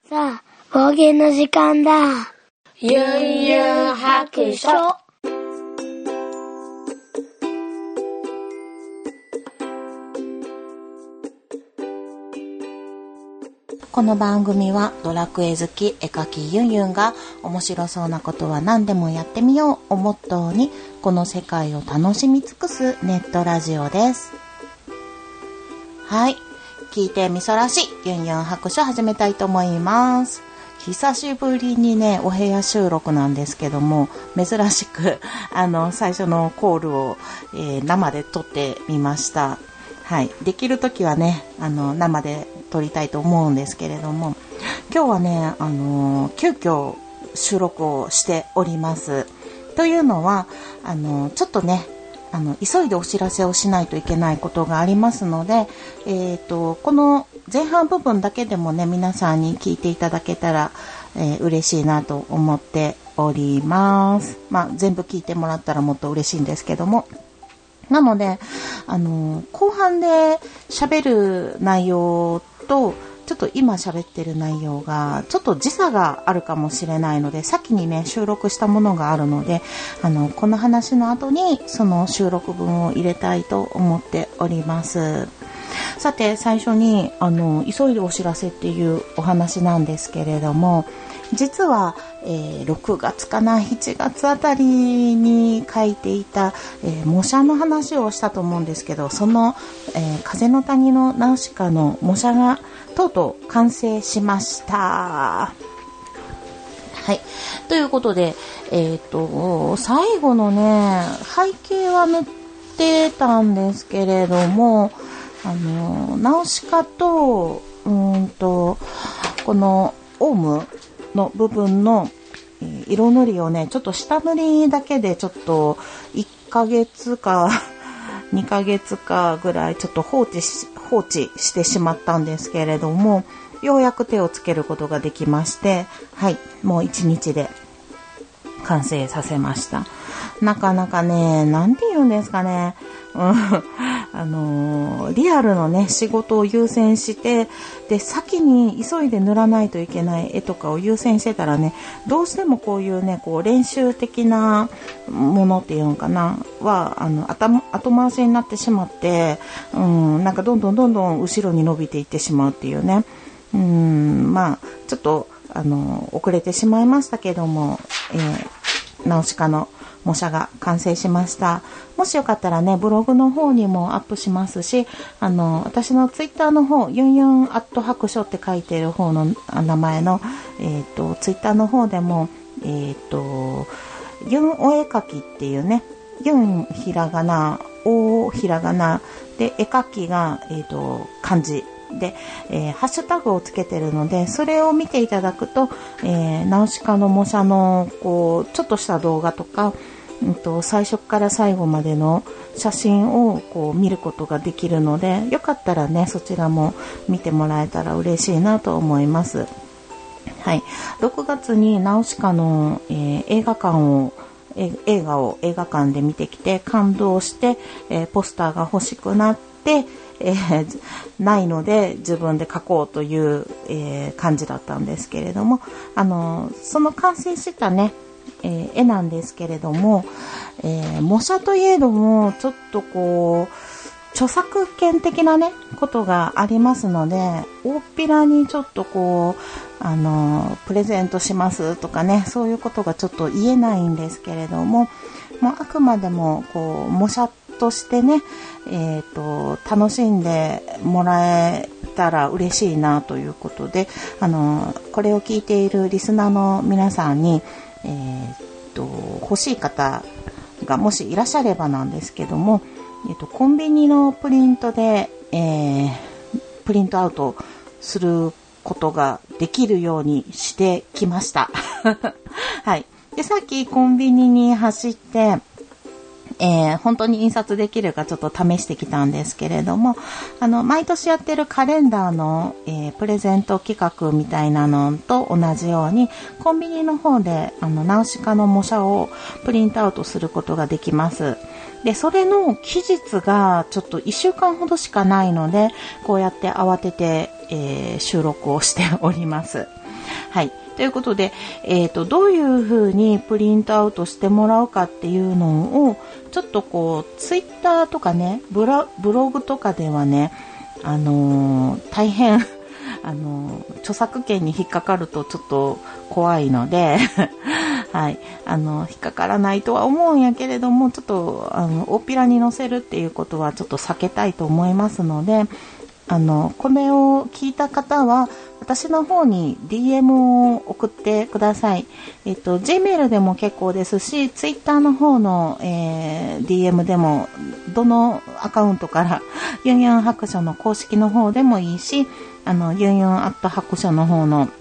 さあ、方言の時間だ。 ゆんゆん白書。 この番組はドラクエ好き絵描きユンユンが面白そうなことは何でもやってみようをモットーにこの世界を楽しみ尽くすネットラジオです。はい、聞いてみそらしユンユン白書始めたいと思います。久しぶりにねお部屋収録なんですけども、珍しく最初のコールを、生で撮ってみました。はい、できるときはね生で撮りたいと思うんですけれども、今日はね急遽収録をしております。というのはちょっとね急いでお知らせをしないといけないことがありますので、この前半部分だけでもね皆さんに聞いていただけたら、嬉しいなと思っております。全部聞いてもらったらもっと嬉しいんですけども、なので後半で喋る内容とちょっと今喋ってる内容がちょっと時差があるかもしれないので、先にね収録したものがあるのでこの話の後にその収録分を入れたいと思っております。さて最初に急いでお知らせっていうお話なんですけれども、実は、6月かな7月あたりに書いていた、模写の話をしたと思うんですけど、その、風の谷のナウシカの模写がとうとう完成しました。はい、ということで、最後のね背景は塗ってたんですけれども、ナウシカとこのオウムの部分の色塗りをねちょっと下塗りだけでちょっと1ヶ月か2ヶ月かぐらいちょっと放置してしまったんですけれども、ようやく手をつけることができまして、はい、もう1日で完成させました。なかなかね、なんて言うんですかね、リアルのね仕事を優先して、で先に急いで塗らないといけない絵とかを優先してたらね、どうしてもこういうねこう練習的なものっていうのかなは後回しになってしまって、なんかどんどん後ろに伸びていってしまうっていうね、ちょっと遅れてしまいましたけども、ナウシカの模写が完成しました。もしよかったらねブログの方にもアップしますし、私のツイッターの方ユンユン@白書って書いている方の名前のツイッターの方でもユンお絵描きっていうね、ユンひらがなおひらがなで絵描きが漢字で、ハッシュタグをつけてるので、それを見ていただくと、ナウシカの模写のこうちょっとした動画とか、最初から最後までの写真をこう見ることができるので、よかったらねそちらも見てもらえたら嬉しいなと思います。はい、6月にナウシカの、映画を映画館で見てきて感動して、ポスターが欲しくなって、ないので自分で描こうという、感じだったんですけれども、その完成したね、絵なんですけれども、模写といえどもちょっとこう著作権的なねことがありますので、大っぴらにちょっとこうプレゼントしますとかね、そういうことがちょっと言えないんですけれども、あくまでもこう模写としてね、楽しんでもらえたら嬉しいなということで、これを聞いているリスナーの皆さんに、欲しい方がもしいらっしゃればなんですけども、コンビニのプリントで、プリントアウトすることができるようにしてきました。はい。で、さっきコンビニに走って、本当に印刷できるかちょっと試してきたんですけれども、毎年やってるカレンダーの、プレゼント企画みたいなのと同じように、コンビニの方でナウシカの模写をプリントアウトすることができます。で、それの期日がちょっと1週間ほどしかないので、こうやって慌てて、収録をしております。 はい。ということで、どういうふうにプリントアウトしてもらうかっていうのを、ちょっとこう、ツイッターとかね、ブログとかではね、大変、著作権に引っかかるとちょっと怖いので、はい。引っかからないとは思うんやけれども、ちょっと、大っぴらに載せるっていうことはちょっと避けたいと思いますので、これを聞いた方は、私の方に DM を送ってください。Gmail でも結構ですし、Twitter の方の、DM でも、どのアカウントから、ユンユン白書の公式の方でもいいし、ユンユンアット白書の方の、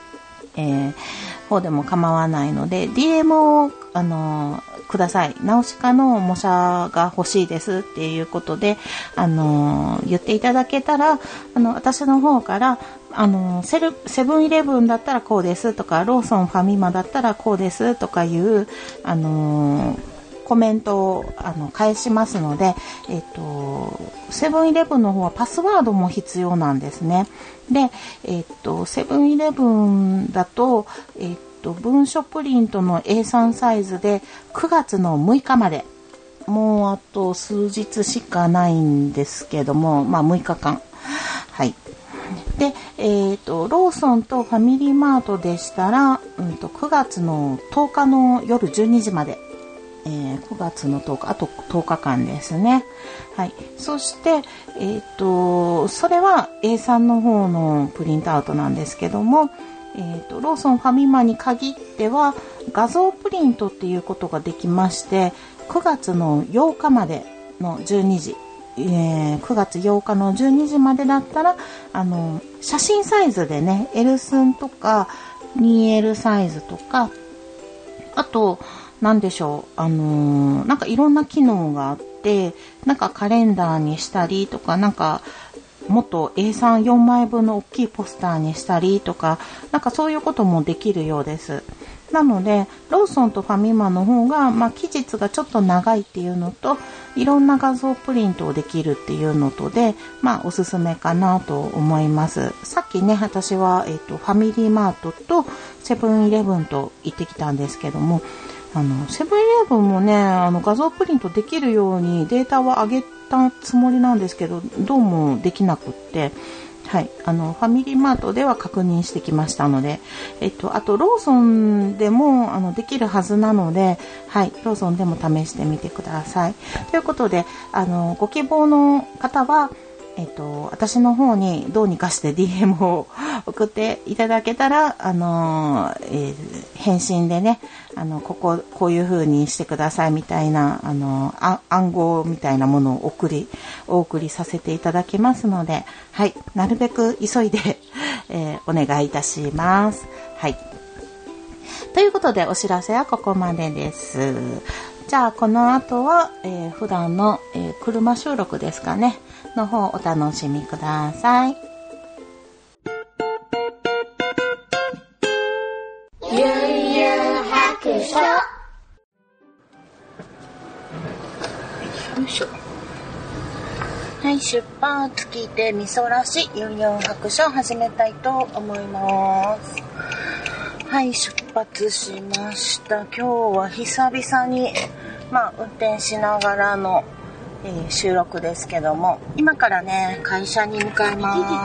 方でも構わないので、DM を、ください。ナウシカの模写が欲しいですっていうことで、言っていただけたら、私の方から、セブンイレブンだったらこうですとか、ローソンファミマだったらこうですとかいう、コメントを返しますので、セブンイレブンの方はパスワードも必要なんですね。で、セブンイレブンだと、文書プリントの A3 サイズで9月の6日まで、もうあと数日しかないんですけども、まあ6日間。はい。で、ローソンとファミリーマートでしたら、9月の10日の夜12時まで。9月の10日、あと10日間ですね。はい。そして、それは A3 の方のプリントアウトなんですけども、ローソンファミマに限っては画像プリントっていうことができまして、9月の8日までの12時、9月8日の12時までだったら、写真サイズでね、L 寸とか 2L サイズとか、あと、なんでしょう、なんかいろんな機能があって、なんかカレンダーにしたりとか、なんか、もっと A34 枚分の大きいポスターにしたりとか、なんかそういうこともできるようです。なので、ローソンとファミマの方が、まあ、期日がちょっと長いっていうのと、いろんな画像プリントをできるっていうのとで、まあ、おすすめかなと思います。さっきね、私は、ファミリーマートとセブンイレブンと行ってきたんですけども、セブンイレブンもね、画像プリントできるようにデータは上げたつもりなんですけど、どうもできなくって、はい、ファミリーマートでは確認してきましたので、あとローソンでもできるはずなので、はい、ローソンでも試してみてください。ということで、ご希望の方は、私の方にどうにかして DM を送っていただけたら、返信でね、こういう風にしてくださいみたいな、暗号みたいなものをお送りさせていただきますので、はい、なるべく急いで、お願いいたします。はい。ということで、お知らせはここまでです。じゃあ、この後は、普段の、車収録ですかね、の方お楽しみください。 ユンユン白書。 よいしょ。はい、出発聞いてみそらしユンユン白書を始めたいと思います。はい、出発しました。今日は久々に、運転しながらの、収録ですけども、今からね、会社に向かいます。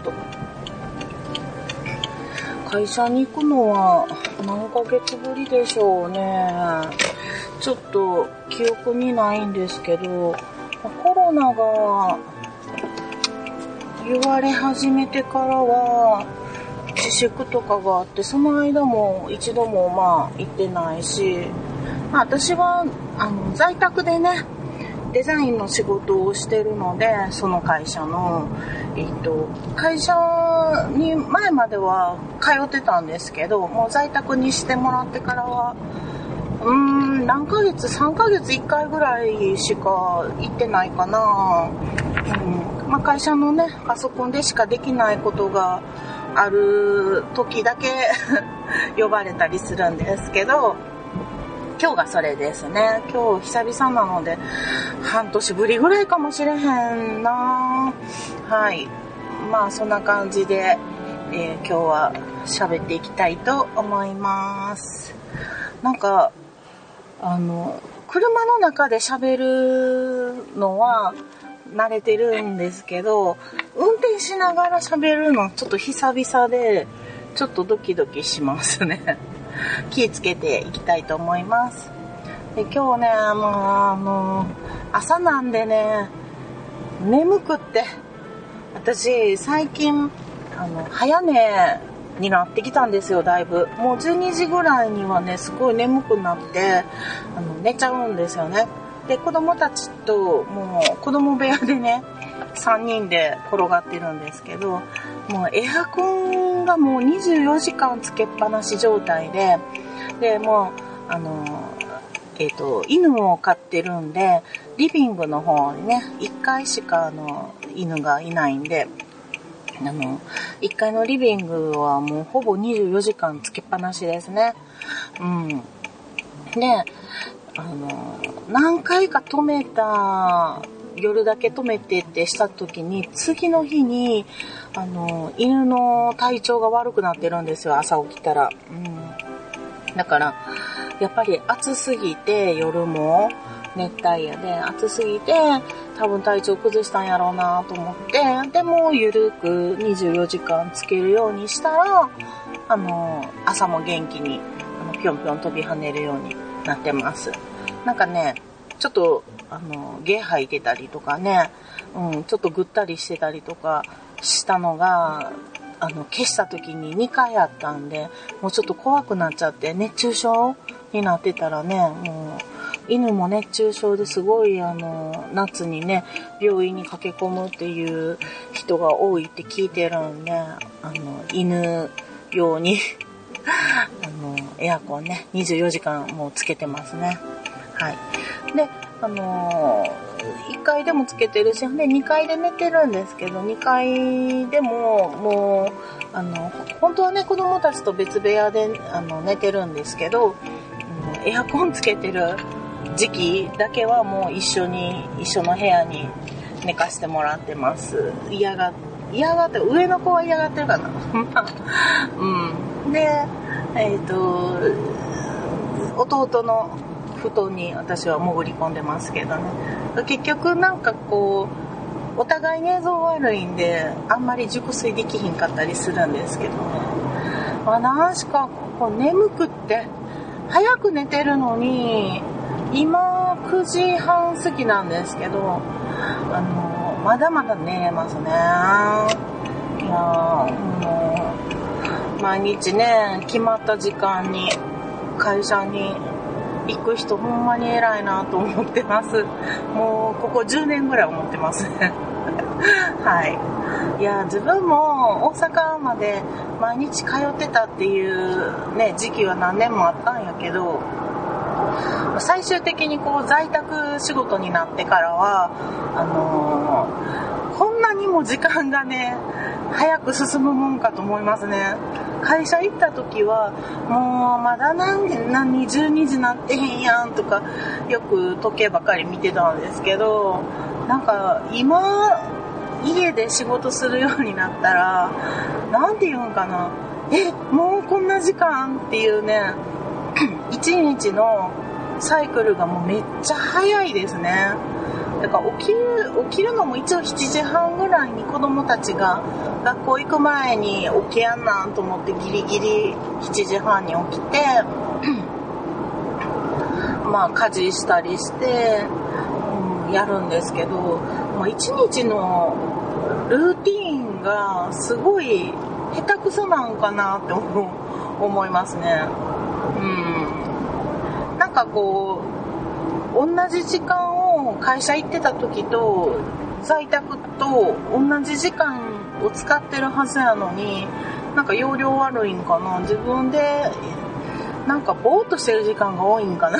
会社に行くのは何ヶ月ぶりでしょうね。ちょっと記憶にないんですけど、コロナが言われ始めてからは自粛とかがあって、その間も一度も行ってないし、私は在宅でね、デザインの仕事をしてるので、その会社の、会社に前までは通ってたんですけど、もう在宅にしてもらってからは、何ヶ月、3ヶ月1回ぐらいしか行ってないかな。会社のね、パソコンでしかできないことがある時だけ呼ばれたりするんですけど、今日がそれですね。今日久々なので半年ぶりぐらいかもしれへんな。はい。そんな感じで、 今日は喋っていきたいと思います。なんか車の中で喋るのは慣れてるんですけど、運転しながら喋るのちょっと久々でちょっとドキドキしますね。気をつけていきたいと思います。で今日ね、朝なんでね、眠くって、私最近早寝になってきたんですよ。だいぶもう12時ぐらいにはね、すごい眠くなって寝ちゃうんですよね。で子供たちともう子供部屋でね3人で転がってるんですけど、もうエアコンがもう24時間つけっぱなし状態でもう犬を飼ってるんで、リビングの方にね1階しか犬がいないんで、1階のリビングはもうほぼ24時間つけっぱなしですね。で何回か止めた、夜だけ止めてってした時に、次の日に犬の体調が悪くなってるんですよ、朝起きたら。だからやっぱり暑すぎて、夜も熱帯夜で暑すぎて多分体調崩したんやろうなと思って、でもゆるく24時間つけるようにしたら朝も元気にぴょんぴょん飛び跳ねるようになってます。なんかね、ちょっとゲ吐いてたりとかね、ちょっとぐったりしてたりとかしたのが消した時に2回あったんで、もうちょっと怖くなっちゃって、熱中症になってたらね、もう犬も熱中症ですごい夏にね病院に駆け込むっていう人が多いって聞いてるんで、犬用にエアコンね24時間もうつけてますね。はい。で1階でもつけてるし、で2階で寝てるんですけど、2階でももう本当はね子供たちと別部屋で寝てるんですけど、エアコンつけてる時期だけはもう一緒の部屋に寝かしてもらってます。嫌がって上の子は嫌がってるかな。で弟の布団に私は潜り込んでますけどね。結局なんかこうお互い寝相悪いんであんまり熟睡できひんかったりするんですけどね。なんしかこう眠くって早く寝てるのに、今9時半過ぎなんですけどまだまだ寝れますね。いやもう毎日ね決まった時間に会社に行く人ほんまに偉いなと思ってます。もうここ10年ぐらい思ってますね。はい。いや自分も大阪まで毎日通ってたっていうね時期は何年もあったんやけど、最終的にこう在宅仕事になってからはこんなにも時間がね早く進むもんかと思いますね。会社行った時はもうまだ何12時なってへんやんとかよく時計ばかり見てたんですけど、なんか今家で仕事するようになったらなんていうんかな、もうこんな時間っていうね一日のサイクルがもうめっちゃ早いですね。だから起きるのも一応7時半ぐらいに子供たちが学校行く前に起きやんなんと思ってギリギリ7時半に起きて家事したりして、やるんですけど、一日のルーティーンがすごい下手くそなんかなって思いますね。なんかこう同じ時間を会社行ってた時と在宅と同じ時間を使ってるはずやのに、なんか容量悪いんかな、自分でなんかぼーっとしてる時間が多いんかな。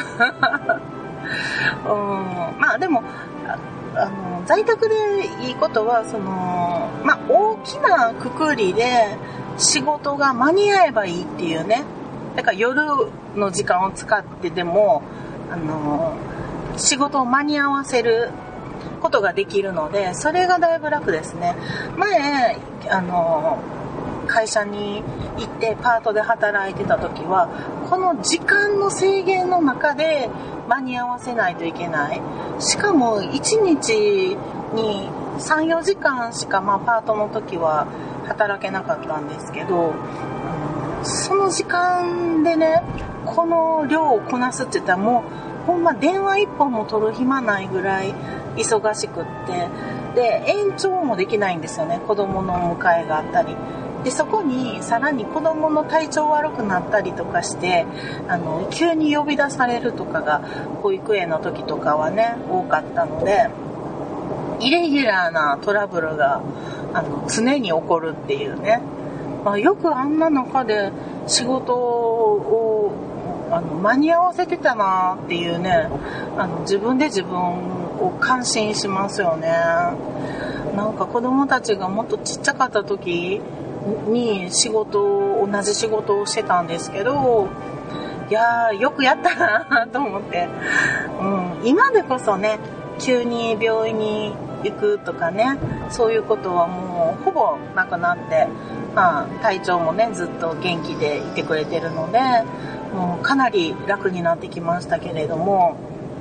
でも在宅でいいことは大きな括りで仕事が間に合えばいいっていうね。だから夜の時間を使ってでも仕事を間に合わせることができるので、それがだいぶ楽ですね。前会社に行ってパートで働いてた時はこの時間の制限の中で間に合わせないといけない。しかも1日に 3,4 時間しか、パートの時は働けなかったんですけど、その時間でねこの量をこなすって言ったらもうほんま電話一本も取る暇ないぐらい忙しくって、で延長もできないんですよね。子供の迎えがあったりで、そこにさらに子供の体調悪くなったりとかして急に呼び出されるとかが保育園の時とかはね多かったので、イレギュラーなトラブルが常に起こるっていうね、よくあんな中で仕事を間に合わせてたなっていうね、自分で自分を感心しますよね。なんか子供たちがもっとちっちゃかった時に同じ仕事をしてたんですけど、いやーよくやったなと思って、今でこそね急に病院に行くとかね、そういうことはもうほぼなくなって、体調もねずっと元気でいてくれてるので、もうかなり楽になってきましたけれども、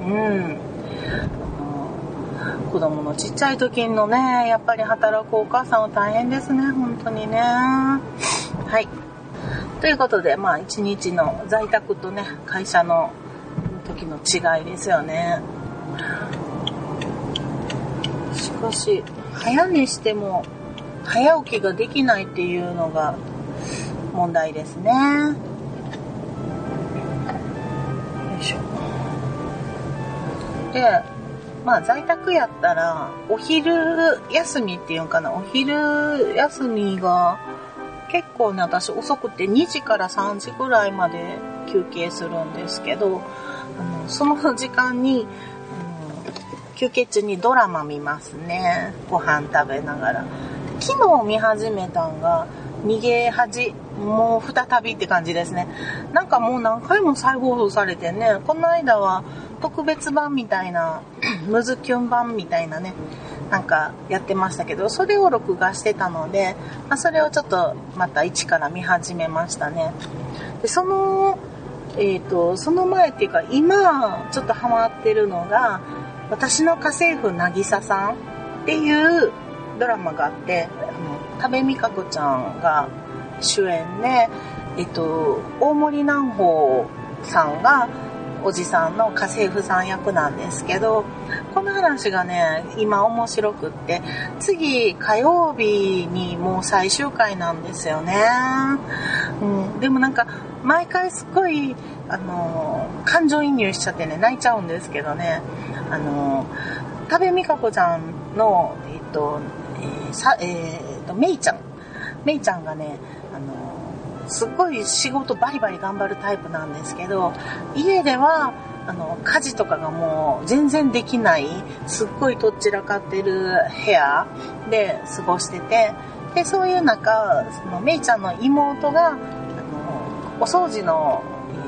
子供のちっちゃい時のねやっぱり働くお母さんは大変ですね、本当にね。はい、ということで一日の在宅とね会社の時の違いですよね。しかし早寝しても早起きができないっていうのが問題ですね。よいしょ。で在宅やったらお昼休みっていうかな、お昼休みが結構ね私遅くて2時から3時ぐらいまで休憩するんですけど、その時間に休憩中にドラマ見ますね。ご飯食べながら。昨日見始めたんが逃げ恥、もう再びって感じですね。なんかもう何回も再放送されてね、この間は特別版みたいなムズキュン版みたいなねなんかやってましたけど、それを録画してたので、それをちょっとまた一から見始めましたね。でその前っていうか今ちょっとハマってるのが私の家政婦なぎささんっていうドラマがあって、多部未華子ちゃんが主演で、大森南朋さんがおじさんの家政婦さん役なんですけど、この話がね今面白くって、次火曜日にもう最終回なんですよね。でもなんか毎回すっごい感情移入しちゃってね泣いちゃうんですけどね、多部未華子ちゃんのめいちゃんがねすっごい仕事バリバリ頑張るタイプなんですけど、家では家事とかがもう全然できない、すっごいとっちらかってる部屋で過ごしてて、でそういう中そのめいちゃんの妹がお掃除の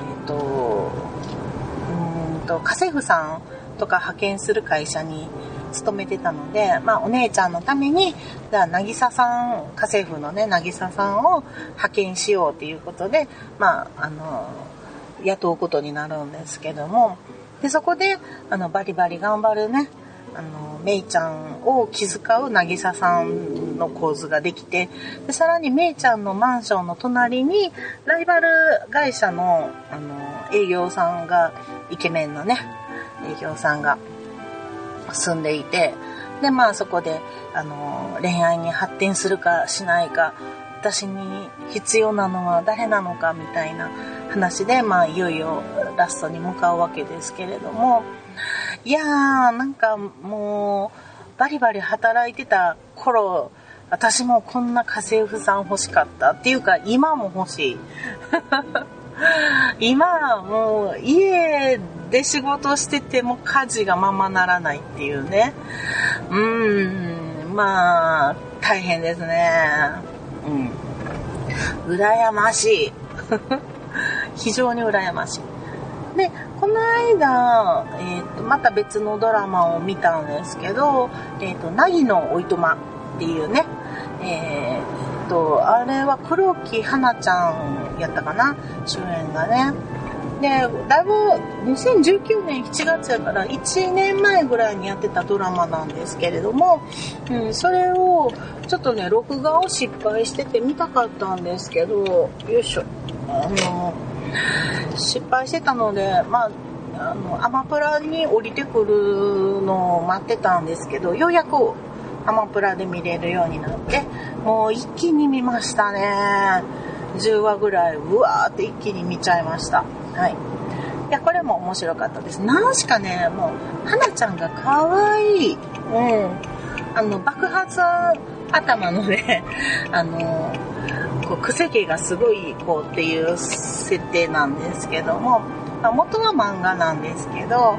家政婦さんとか派遣する会社に勤めてたので、お姉ちゃんのためにじゃあなぎささん、家政婦のねなぎささんを派遣しようということで、雇うことになるんですけども、でそこでバリバリ頑張るねめいちゃんを気遣うなぎささんの構図ができて、でさらにめいちゃんのマンションの隣にライバル会社の営業さんが、イケメンのね営業さんが住んでいて、でそこで恋愛に発展するかしないか、私に必要なのは誰なのかみたいな話で、いよいよラストに向かうわけですけれども、いやーなんかもうバリバリ働いてた頃、私もこんな家政婦さん欲しかったっていうか、今も欲しい今もう家で仕事してても家事がままならないっていうね、大変ですね。羨ましい非常に羨ましい。でこの間、また別のドラマを見たんですけど、凪のおいとまっていうね、 あれは黒木華ちゃんやったかな、主演がね。で、だいぶ2019年7月やから1年前ぐらいにやってたドラマなんですけれども、それをちょっとね、録画を失敗してて見たかったんですけど、よいしょ、失敗してたので、アマプラに降りてくるのを待ってたんですけど、ようやくアマプラで見れるようになって、もう一気に見ましたね。10話ぐらいうわーって一気に見ちゃいました。はい。いや、これも面白かったです。なんしかね、もう花ちゃんが可愛い。爆発頭のね、こう癖毛がすごいこうっていう設定なんですけども、元は漫画なんですけど、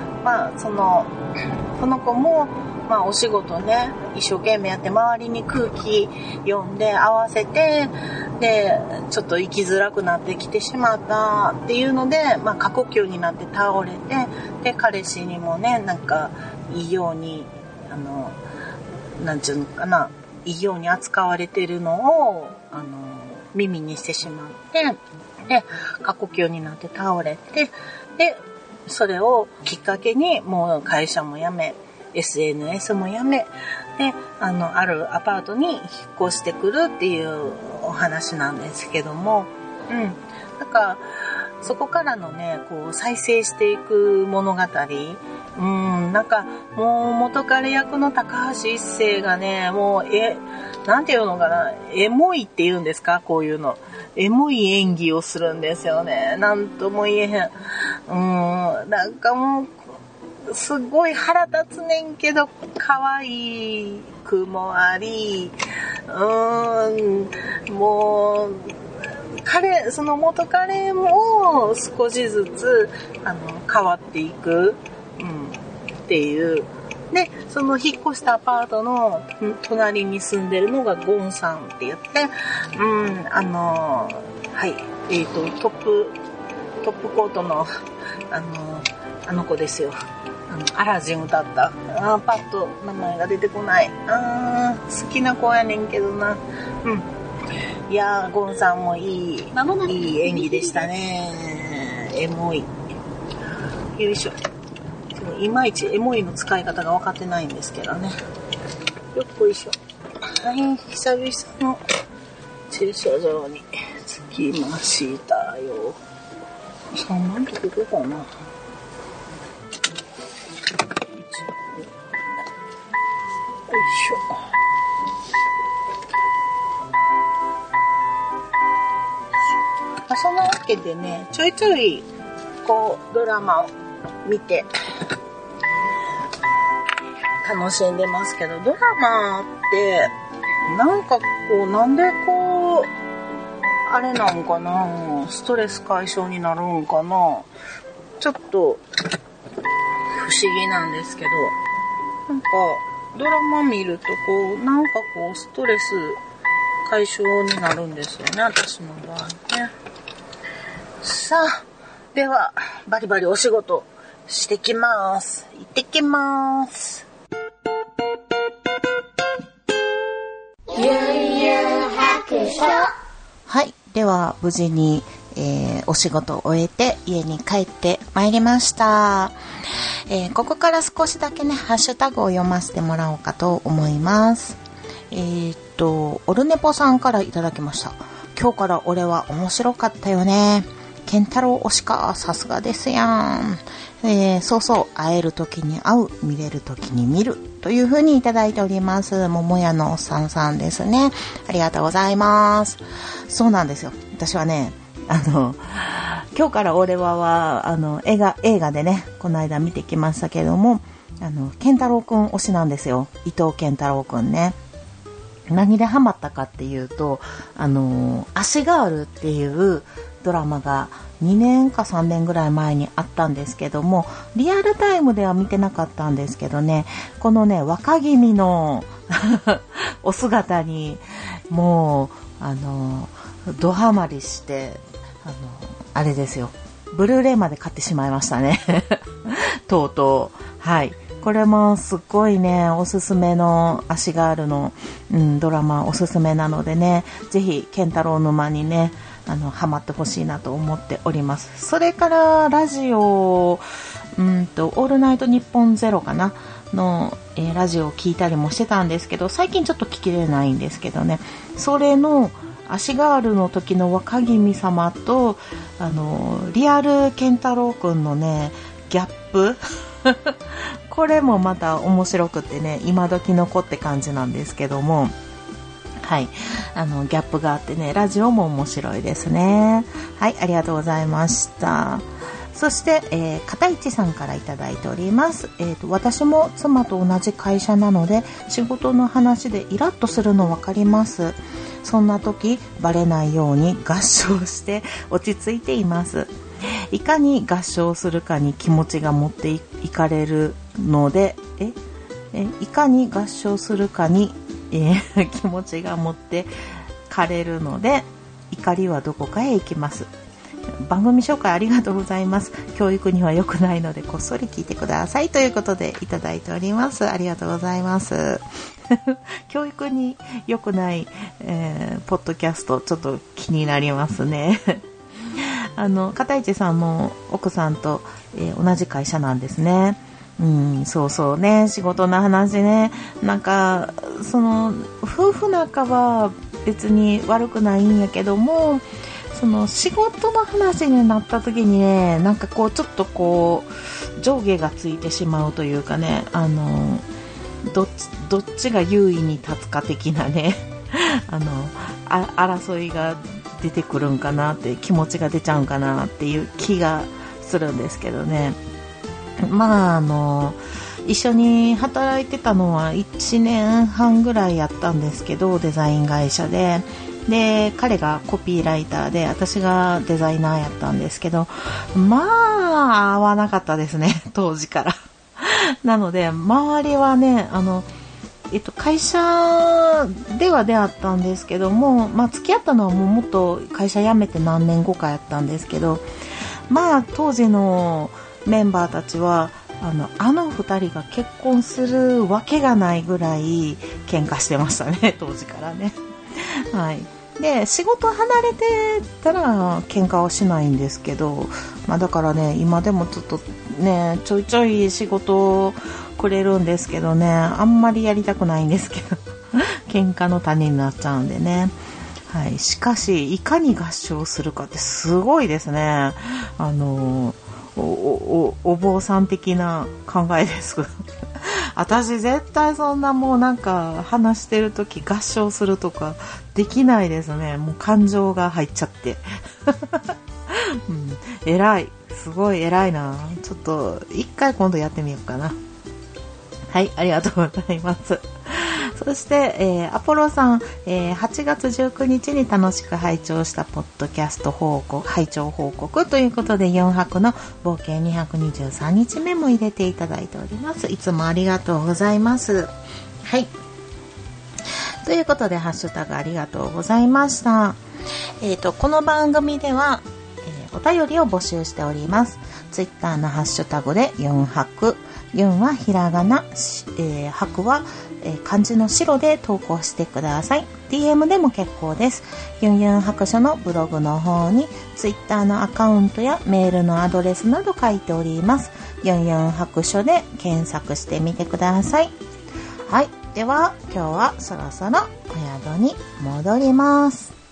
この子もお仕事ね、一生懸命やって周りに空気読んで合わせて、でちょっと生きづらくなってきてしまったっていうので、過呼吸になって倒れて、で彼氏にもね、なんかいいようになんていうのかな、いいように扱われてるのを耳にしてしまって、で過呼吸になって倒れて、でそれをきっかけにもう会社も辞め、SNS もやめ、であるアパートに引っ越してくるっていうお話なんですけども、なんかそこからのね、こう再生していく物語、なんかもう元彼役の高橋一生がね、もうなんていうのかな、エモいっていうんですか、こういうの、エモい演技をするんですよね。なんとも言えへん。なんかもうすごい腹立つねんけど可愛くもあり、もうその元彼も少しずつ変わっていく、っていう。でその引っ越したアパートの隣に住んでるのがゴンさんって言って、トップコートのあの子ですよ。アラジン歌った。パッと名前が出てこない。好きな子やねんけどな。いやー、ゴンさんもいい演技でしたね。エモい。よいしょ。いまいちエモいの使い方が分かってないんですけどね。よっこいしょ。はい、久々の駐車場に着きましたよ。3番とここかな。よいしょ。そんなわけでね、ちょいちょいこうドラマを見て楽しんでますけど、ドラマってなんかこう、なんでこうあれなんかな、ストレス解消になるんかな、ちょっと不思議なんですけど、なんかドラマ見るとこう、なんかこうストレス解消になるんですよね、私の場合ね。さあ、ではバリバリお仕事してきます。行ってきます。 ゆうゆう白書。 はい、では無事に、お仕事を終えて家に帰ってまいりました。ここから少しだけね、ハッシュタグを読ませてもらおうかと思います。オルネポさんからいただきました。今日から俺は面白かったよね。ケンタロウ推しか、さすがですやん。そうそう、会える時に会う、見れる時に見るという風にいただいております。桃屋のおっさんさんですね。ありがとうございます。そうなんですよ。私はね、今日から俺は映画でね、この間見てきましたけども、ケンタロウくん推しなんですよ。伊藤健太郎くんね。何でハマったかっていうと、足ガールっていうドラマが2年か3年ぐらい前にあったんですけども、リアルタイムでは見てなかったんですけどね、このね、若気味のお姿にもうドハマりして、あれですよ、ブルーレイまで買ってしまいましたねとうとう。はい、 これもすっごいね、おすすめの足ガールの、ドラマおすすめなのでね、ぜひケンタロウ沼にね、ハマってほしいなと思っております。それからラジオ、オールナイトニッポンゼロかなの、ラジオを聞いたりもしてたんですけど、最近ちょっと聞きれないんですけどね、それの足ガールの時の若君様とリアルケンタロウくんのねギャップこれもまた面白くてね、今時の子って感じなんですけども、はい、ギャップがあってね、ラジオも面白いですね。はい、ありがとうございました。そして、片市さんからいただいております。私も妻と同じ会社なので仕事の話でイラッとするの分かります。そんな時バレないように合唱して落ち着いています。いかに合唱するかに気持ちが持っていかれるのでいかに合唱するかに、気持ちが持ってかれるので怒りはどこかへ行きます。番組紹介ありがとうございます。教育には良くないのでこっそり聞いてくださいということでいただいております。ありがとうございます。教育に良くない、ポッドキャストちょっと気になりますね。片市さんも奥さんと、同じ会社なんですね。そうそうね、仕事の話ね、なんかその夫婦仲は別に悪くないんやけども、その仕事の話になった時にね、なんかこうちょっとこう上下がついてしまうというかね、どっちが優位に立つか的なね争いが出てくるんかなって、気持ちが出ちゃうんかなっていう気がするんですけどね。まあ一緒に働いてたのは1年半ぐらいやったんですけど、デザイン会社で彼がコピーライターで私がデザイナーやったんですけど、まあ合わなかったですね、当時からなので周りはね、会社では出会ったんですけども、付き合ったのはもっと会社辞めて何年後かやったんですけど、当時のメンバーたちは2人が結婚するわけがないぐらい喧嘩してましたね、当時からね。はい。で、仕事離れてたら喧嘩はしないんですけど、だからね、今でもちょっとね、ちょいちょい仕事をくれるんですけどね、あんまりやりたくないんですけど喧嘩の種になっちゃうんでね。はい。しかしいかに合唱するかってすごいですね。お坊さん的な考えです私絶対そんなもうなんか話してるとき合唱するとかできないですね。もう感情が入っちゃって、偉い、すごい偉いな。ちょっと一回今度やってみようかな。はい、ありがとうございます。そして、アポロさん、8月19日に楽しく拝聴したポッドキャスト拝聴報告ということで、4泊の冒険223日目も入れていただいております。いつもありがとうございます。はい。ということで、ハッシュタグありがとうございました。この番組では、お便りを募集しております。ツイッターのハッシュタグで4泊、4はひらがな、泊は漢字の白で投稿してください。 DM でも結構です。ユンユン白書のブログの方にツイッターのアカウントやメールのアドレスなど書いております。ユンユン白書で検索してみてください。はい、では今日はそろそろお宿に戻ります。